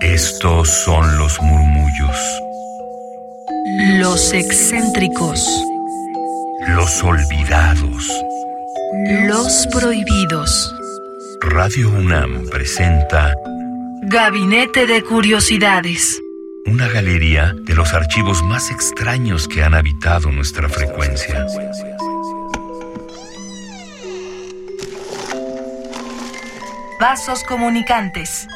Estos son los murmullos. Los excéntricos. Los olvidados. Los prohibidos. Radio UNAM presenta Gabinete de Curiosidades. Una galería de los archivos más extraños que han habitado nuestra frecuencia. Vasos comunicantes.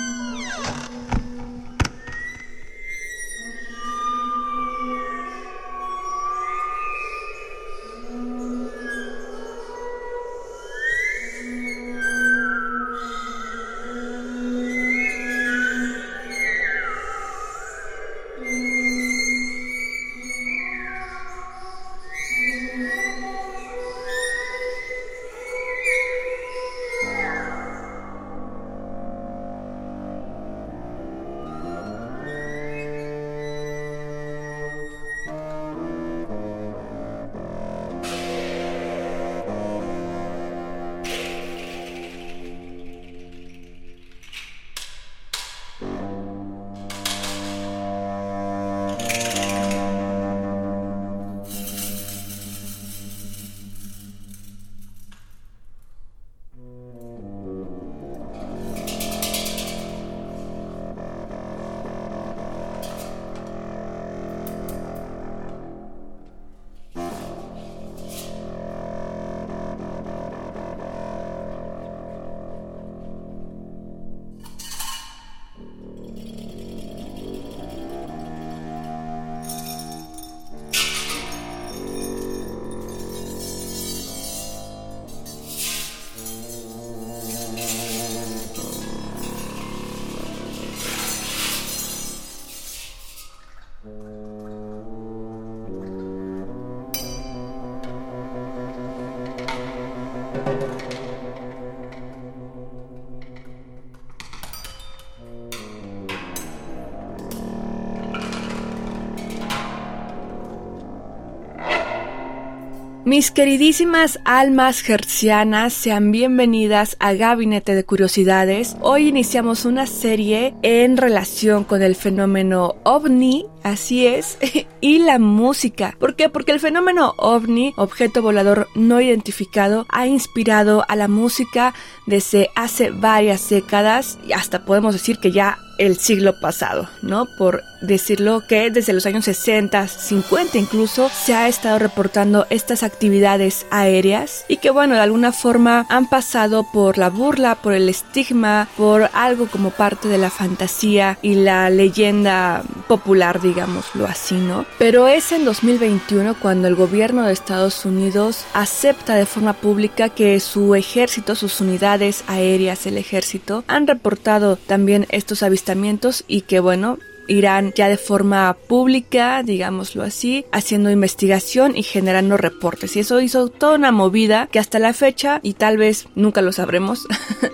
Mis queridísimas almas hertzianas, sean bienvenidas a Gabinete de Curiosidades. Hoy iniciamos una serie en relación con el fenómeno OVNI, así es, y la música. ¿Por qué? Porque el fenómeno OVNI, objeto volador no identificado, ha inspirado a la música desde hace varias décadas, y hasta podemos decir que ya el siglo pasado, ¿no? Por decirlo, que desde los años 60, 50 incluso, se ha estado reportando estas actividades aéreas y que, bueno, de alguna forma han pasado por la burla, por el estigma, por algo como parte de la fantasía y la leyenda popular, digámoslo así, ¿no? Pero es en 2021 cuando el gobierno de Estados Unidos acepta de forma pública que su ejército, sus unidades aéreas, el ejército, han reportado también estos avistamientos y que, bueno, irán ya de forma pública, digámoslo así, haciendo investigación y generando reportes. Y eso hizo toda una movida que hasta la fecha, y tal vez nunca lo sabremos,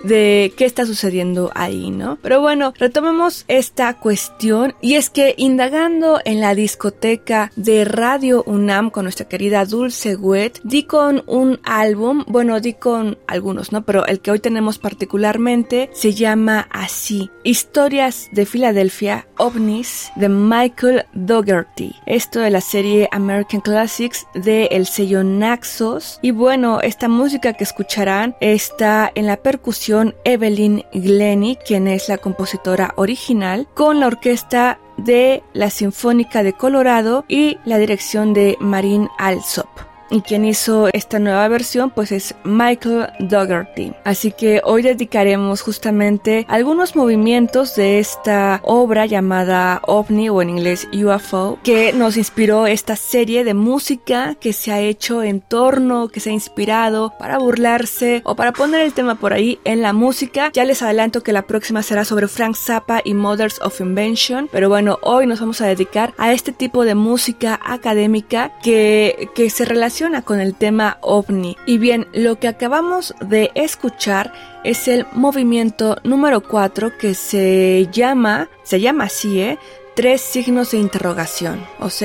de qué está sucediendo ahí, ¿no? Pero bueno, retomemos esta cuestión, y es que indagando en la discoteca de Radio UNAM con nuestra querida Dulce Wet, di con un álbum, bueno, di con algunos, ¿no? Pero el que hoy tenemos particularmente se llama así: Historias de Filadelfia, OVNI, de Michael Dougherty. Esto de la serie American Classics de el sello Naxos. Y bueno, esta música que escucharán está en la percusión Evelyn Glennie, quien es la compositora original, con la orquesta de la Sinfónica de Colorado y la dirección de Marin Alsop. Y quien hizo esta nueva versión pues es Michael Dougherty. Así que hoy dedicaremos justamente algunos movimientos de esta obra llamada OVNI, o en inglés UFO, que nos inspiró esta serie de música que se ha hecho en torno, que se ha inspirado para burlarse o para poner el tema por ahí en la música. Ya les adelanto que la próxima será sobre Frank Zappa y Mothers of Invention, pero bueno, hoy nos vamos a dedicar a este tipo de música académica que se relaciona con el tema OVNI. Y bien, lo que acabamos de escuchar es el movimiento número 4, que se llama así, 3 signos de interrogación, o sea,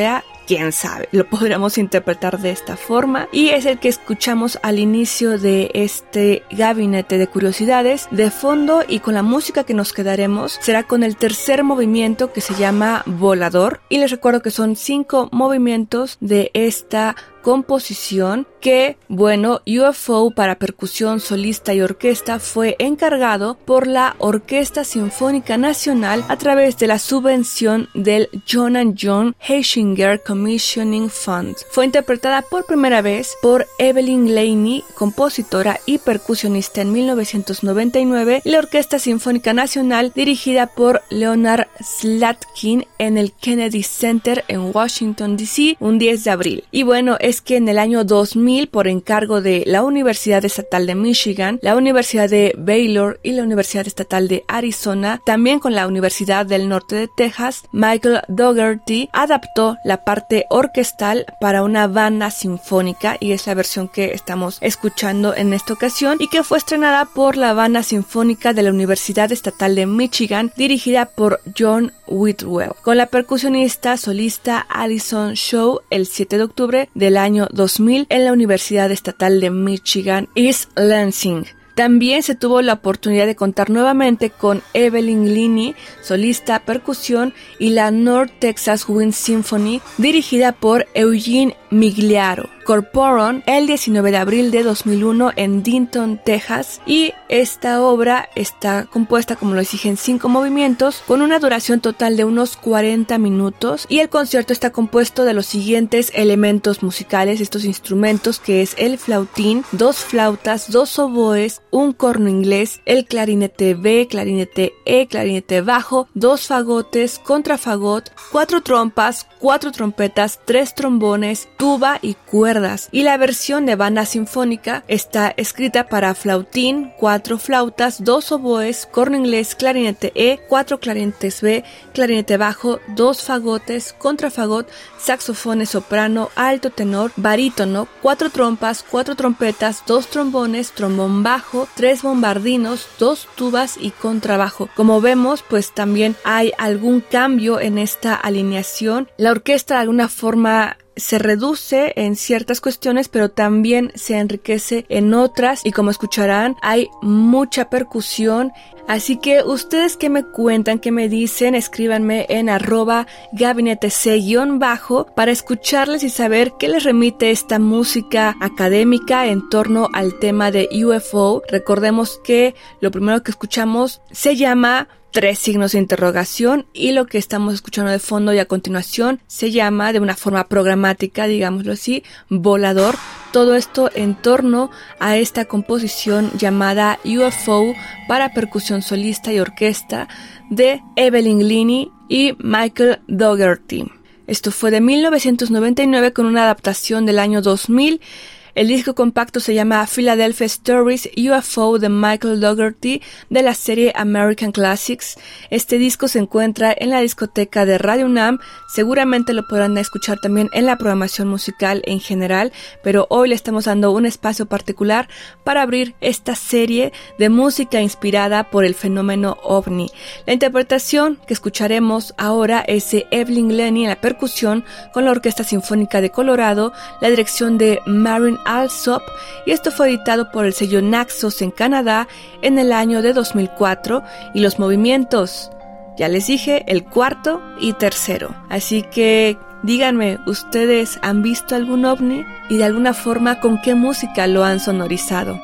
quién sabe, lo podríamos interpretar de esta forma, y es el que escuchamos al inicio de este gabinete de curiosidades. De fondo y con la música que nos quedaremos será con el tercer movimiento, que se llama Volador, y les recuerdo que son 5 movimientos de esta composición que, bueno, UFO para percusión solista y orquesta fue encargado por la Orquesta Sinfónica Nacional a través de la subvención del John and John Hechinger Commissioning Fund. Fue interpretada por primera vez por Evelyn Laney, compositora y percusionista, en 1999, y la Orquesta Sinfónica Nacional, dirigida por Leonard Slatkin en el Kennedy Center en Washington, D.C., un 10 de abril. Y bueno, es que en el año 2000, por encargo de la Universidad Estatal de Michigan, la Universidad de Baylor y la Universidad Estatal de Arizona, también con la Universidad del Norte de Texas, Michael Dougherty adaptó la parte orquestal para una banda sinfónica, y es la versión que estamos escuchando en esta ocasión, y que fue estrenada por la Banda Sinfónica de la Universidad Estatal de Michigan, dirigida por John Whitwell, con la percusionista solista Alison Shaw, el 7 de octubre del año 2000 en la Universidad Estatal de Michigan, East Lansing. También se tuvo la oportunidad de contar nuevamente con Evelyn Laney, solista, percusión, y la North Texas Wind Symphony, dirigida por Eugene Migliaro. Corporon el 19 de abril de 2001 en Denton, Texas, y esta obra está compuesta, como lo dije, en 5 movimientos con una duración total de unos 40 minutos, y el concierto está compuesto de los siguientes elementos musicales, estos instrumentos, que es el flautín, 2 flautas, 2 oboes, un corno inglés, el clarinete B, clarinete E, clarinete bajo, 2 fagotes, contrafagot, 4 trompas, 4 trompetas, 3 trombones, tuba y cuerdas. Y la versión de banda sinfónica está escrita para flautín, 4 flautas, 2 oboes, corno inglés, clarinete E, 4 clarinetes B, clarinete bajo, 2 fagotes, contrafagot, saxofones soprano, alto tenor, barítono, 4 trompas, 4 trompetas, 2 trombones, trombón bajo, 3 bombardinos, 2 tubas y contrabajo. Como vemos, pues también hay algún cambio en esta alineación. La orquesta de alguna forma se reduce en ciertas cuestiones, pero también se enriquece en otras, y como escucharán, hay mucha percusión. Así que ustedes, ¿qué me cuentan? ¿Qué me dicen? Escríbanme en @gabinetec_ para escucharles y saber qué les remite esta música académica en torno al tema de UFO. Recordemos que lo primero que escuchamos se llama 3 signos de interrogación, y lo que estamos escuchando de fondo y a continuación se llama, de una forma programática, digámoslo así, Volador. Todo esto en torno a esta composición llamada UFO para percusión solista y orquesta de Evelyn Laney y Michael Dougherty. Esto fue de 1999 con una adaptación del año 2000. El disco compacto se llama Philadelphia Stories UFO de Michael Dougherty, de la serie American Classics. Este disco se encuentra en la discoteca de Radio UNAM. Seguramente lo podrán escuchar también en la programación musical en general, pero hoy le estamos dando un espacio particular para abrir esta serie de música inspirada por el fenómeno OVNI. La interpretación que escucharemos ahora es de Evelyn Laney en la percusión, con la Orquesta Sinfónica de Colorado, la dirección de Marin Alsop, y esto fue editado por el sello Naxos en Canadá en el año de 2004, y los movimientos, ya les dije, el cuarto y tercero. Así que díganme, ¿ustedes han visto algún ovni? Y de alguna forma, ¿con qué música lo han sonorizado?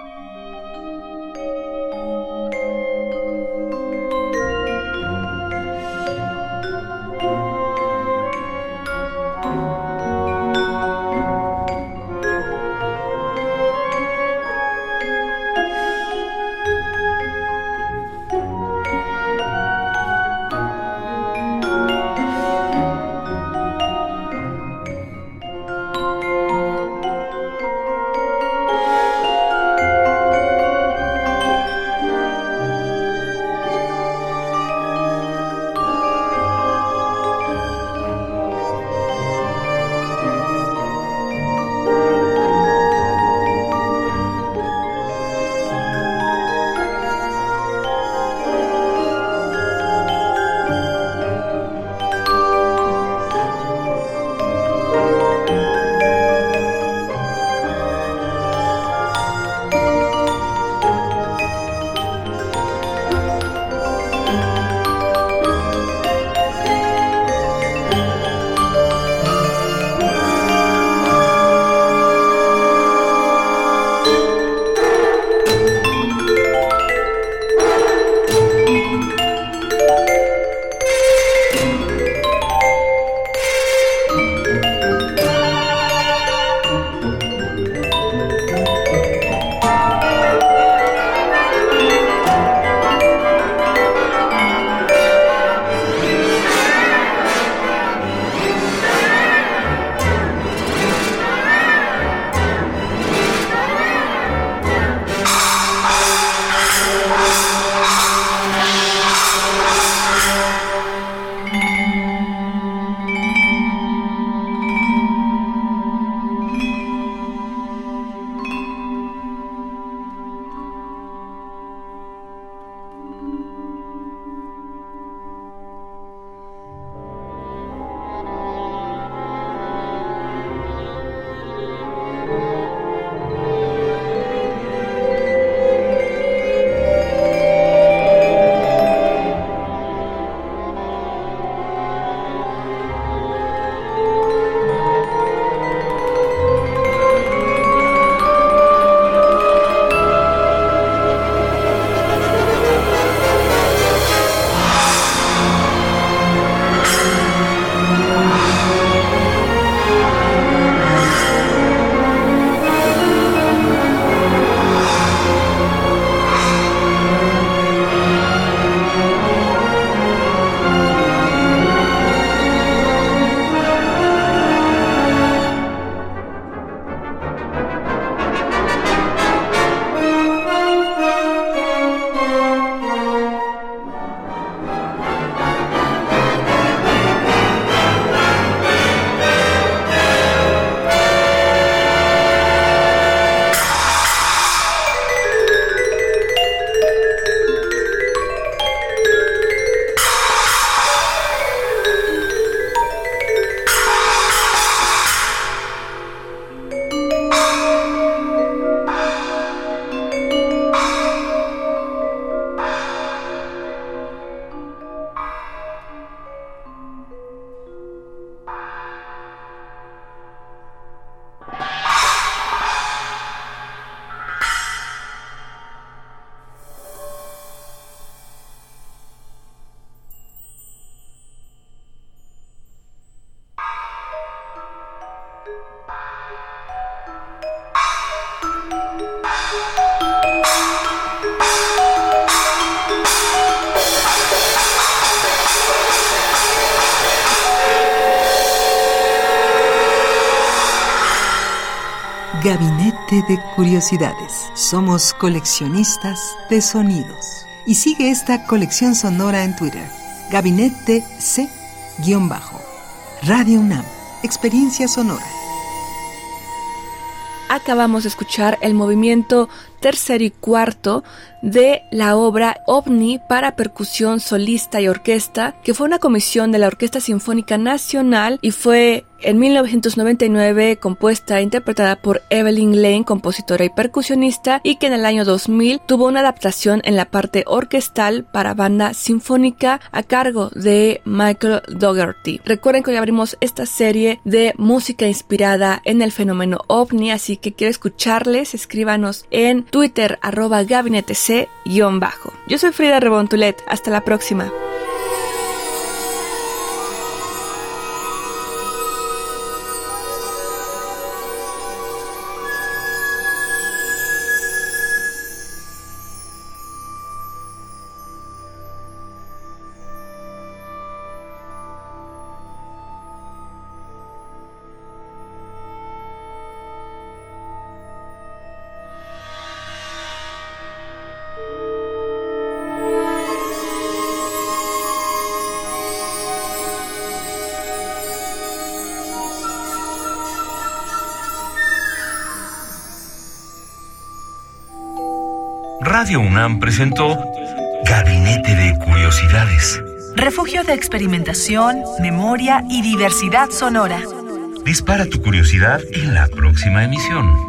Gabinete de Curiosidades. Somos coleccionistas de sonidos. Y sigue esta colección sonora en Twitter. Gabinete C-. Radio UNAM. Experiencia sonora. Acabamos de escuchar el movimiento tercero y cuarto de la obra OVNI para percusión solista y orquesta, que fue una comisión de la Orquesta Sinfónica Nacional y fue en 1999 compuesta e interpretada por Evelyn Lane, compositora y percusionista, y que en el año 2000 tuvo una adaptación en la parte orquestal para banda sinfónica a cargo de Michael Dougherty. Recuerden que hoy abrimos esta serie de música inspirada en el fenómeno OVNI, así que quiero escucharles. Escríbanos en Twitter @gabinetec_. Yo soy Frida Rebontulet. Hasta la próxima. Radio UNAM presentó Gabinete de Curiosidades. Refugio de experimentación, memoria y diversidad sonora. Dispara tu curiosidad en la próxima emisión.